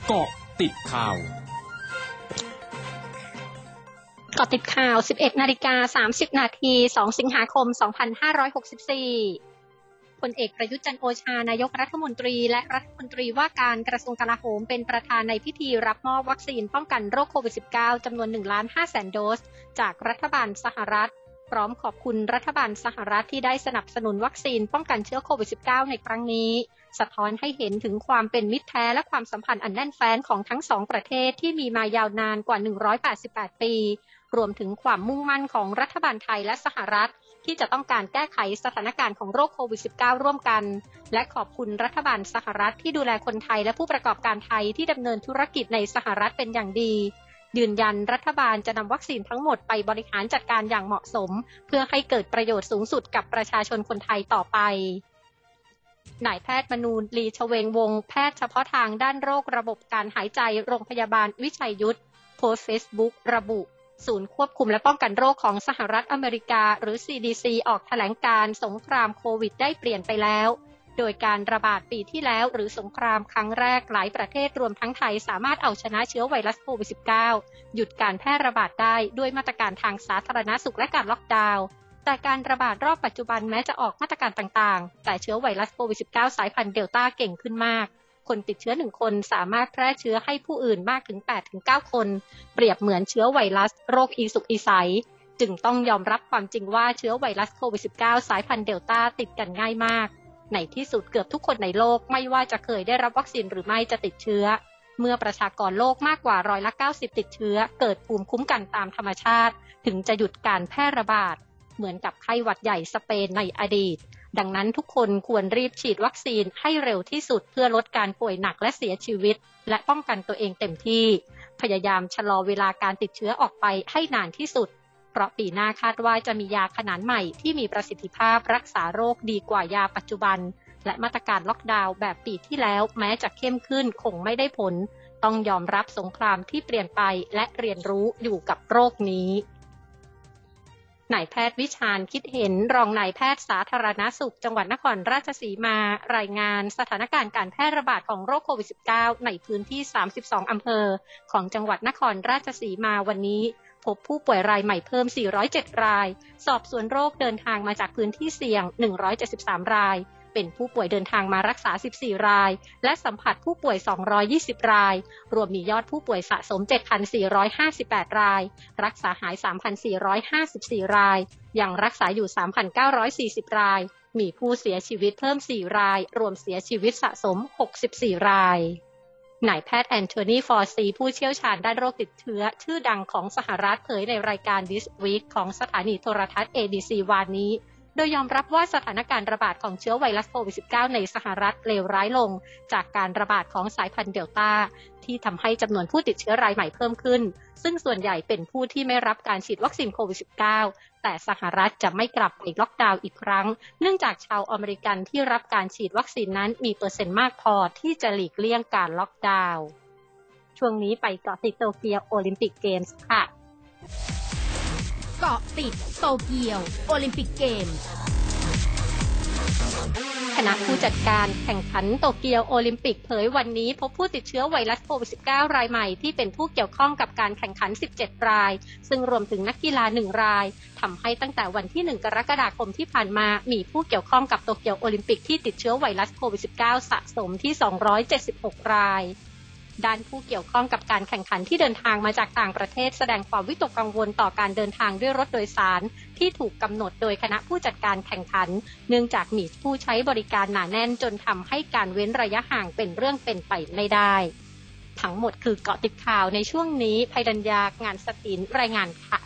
เกาะติดข่าวเกาะติดข่าว 11:30 น. 2 สิงหาคม 2564พลเอกประยุทธ์จันทร์โอชานายกรัฐมนตรีและรัฐมนตรีว่าการกระทรวงกลาโหมเป็นประธานในพิธีรับมอบวัคซีนป้องกันโรคโควิด -19 จำนวน 1,500,000 โดสจากรัฐบาลสหรัฐพร้อมขอบคุณรัฐบาลสหรัฐที่ได้สนับสนุนวัคซีนป้องกันเชื้อโควิด -19 ในครั้งนี้สะท้อนให้เห็นถึงความเป็นมิตรแท้และความสัมพันธ์อันแน่นแฟ้นของทั้งสองประเทศที่มีมายาวนานกว่า188 ปีรวมถึงความมุ่งมั่นของรัฐบาลไทยและสหรัฐที่จะต้องการแก้ไขสถานการณ์ของโรคโควิด -19 ร่วมกันและขอบคุณรัฐบาลสหรัฐที่ดูแลคนไทยและผู้ประกอบการไทยที่ดำเนินธุรกิจในสหรัฐเป็นอย่างดียืนยันรัฐบาลจะนำวัคซีนทั้งหมดไปบริหารจัดการอย่างเหมาะสมเพื่อให้เกิดประโยชน์สูงสุดกับประชาชนคนไทยต่อไปนายแพทย์มนูน ลีชเวงวงศ์แพทย์เฉพาะทางด้านโรคระบบการหายใจโรงพยาบาลวิชัยยุทธโพสต์เฟซบุ๊กระบุศูนย์ควบคุมและป้องกันโรคของสหรัฐอเมริกาหรือ CDC ออกแถลงการณ์สงครามโควิดได้เปลี่ยนไปแล้วโดยการระบาดปีที่แล้วหรือสงครามครั้งแรกหลายประเทศรวมทั้งไทยสามารถเอาชนะเชื้อไวรัสโควิด -19 หยุดการแพร่ระบาดได้ด้วยมาตรการทางสาธารณสุขและการล็อกดาวน์แต่การระบาดรอบปัจจุบันแม้จะออกมาตรการต่างๆแต่เชื้อไวรัสโควิด -19 สายพันธุ์เดลต้าเก่งขึ้นมากคนติดเชื้อ1คนสามารถแพร่เชื้อให้ผู้อื่นมากถึง 8-9 คนเปรียบเหมือนเชื้อไวรัสโรคอีสุกอีใสจึงต้องยอมรับความจริงว่าเชื้อไวรัสโควิด -19 สายพันธุ์เดลต้าติดกันง่ายมากในที่สุดเกือบทุกคนในโลกไม่ว่าจะเคยได้รับวัคซีนหรือไม่จะติดเชื้อเมื่อประชากรโลกมากกว่า90%ติดเชื้อเกิดภูมิคุ้มกันตามธรรมชาติถึงจะหยุดการแพร่ระบาดเหมือนกับไข้หวัดใหญ่สเปนในอดีตดังนั้นทุกคนควรรีบฉีดวัคซีนให้เร็วที่สุดเพื่อลดการป่วยหนักและเสียชีวิตและป้องกันตัวเองเต็มที่พยายามชะลอเวลาการติดเชื้อออกไปให้นานที่สุดเพราะปีหน้าคาดว่าจะมียาขนาดใหม่ที่มีประสิทธิภาพรักษาโรคดีกว่ายาปัจจุบันและมาตรการล็อกดาวน์แบบปีที่แล้วแม้จะเข้มขึ้นคงไม่ได้ผลต้องยอมรับสงครามที่เปลี่ยนไปและเรียนรู้อยู่กับโรคนี้นายแพทย์วิชาญคิดเห็นรองนายแพทย์สาธารณสุขจังหวัดนครราชสีมารายงานสถานการณ์การแพร่ระบาดของโรคโควิด -19 ในพื้นที่32อำเภอของจังหวัดนครราชสีมาวันนี้พบผู้ป่วยรายใหม่เพิ่ม407รายสอบสวนโรคเดินทางมาจากพื้นที่เสี่ยง173รายเป็นผู้ป่วยเดินทางมารักษา14รายและสัมผัสผู้ป่วย220รายรวมมียอดผู้ป่วยสะสม 7,458 รายรักษาหาย 3,454 รายยังรักษาอยู่ 3,940 รายมีผู้เสียชีวิตเพิ่ม4รายรวมเสียชีวิตสะสม64รายนายแพทย์แอนโทนี ฟอร์ซีผู้เชี่ยวชาญด้านโรคติดเชื้อชื่อดังของสหรัฐเผยในรายการ This Week ของสถานีโทรทัศน์ ABC วันนี้โดยยอมรับว่าสถานการณ์ระบาดของเชื้อไวรัสโควิด -19 ในสหรัฐเลวร้ายลงจากการระบาดของสายพันธุ์เดลต้าที่ทำให้จำนวนผู้ติดเชื้อรายใหม่เพิ่มขึ้นซึ่งส่วนใหญ่เป็นผู้ที่ไม่รับการฉีดวัคซีนโควิด -19 แต่สหรัฐจะไม่กลับไปล็อกดาวน์อีกครั้งเนื่องจากชาวอเมริกันที่รับการฉีดวัคซีนนั้นมีเปอร์เซ็นต์มากพอที่จะหลีกเลี่ยงการล็อกดาวน์ช่วงนี้ไปเกาะติดโตเกียวโอลิมปิกเกมส์ค่ะเกาะติดโตเกียวโอลิมปิกเกมส์คณะผู้จัดการแข่งขันโตเกียวโอลิมปิกเผยวันนี้พบผู้ติดเชื้อไวรัสโควิด -19 รายใหม่ที่เป็นผู้เกี่ยวข้องกับการแข่งขัน17รายซึ่งรวมถึงนักกีฬา1รายทำให้ตั้งแต่วันที่1กรกฎาคมที่ผ่านมามีผู้เกี่ยวข้องกับโตเกียวโอลิมปิกที่ติดเชื้อไวรัสโควิด -19 สะสมที่276รายด้านผู้เกี่ยวข้องกับการแข่งขันที่เดินทางมาจากต่างประเทศแสดงความวิตกกังวลต่อการเดินทางด้วยรถโดยสารที่ถูกกำหนดโดยคณะผู้จัดการแข่งขันเนื่องจากมีผู้ใช้บริการหนาแน่นจนทำให้การเว้นระยะห่างเป็นเรื่องเป็นไปไม่ได้ทั้งหมดคือเกาะติดข่าวในช่วงนี้ภัยดัญญางานสถินรายงานค่ะ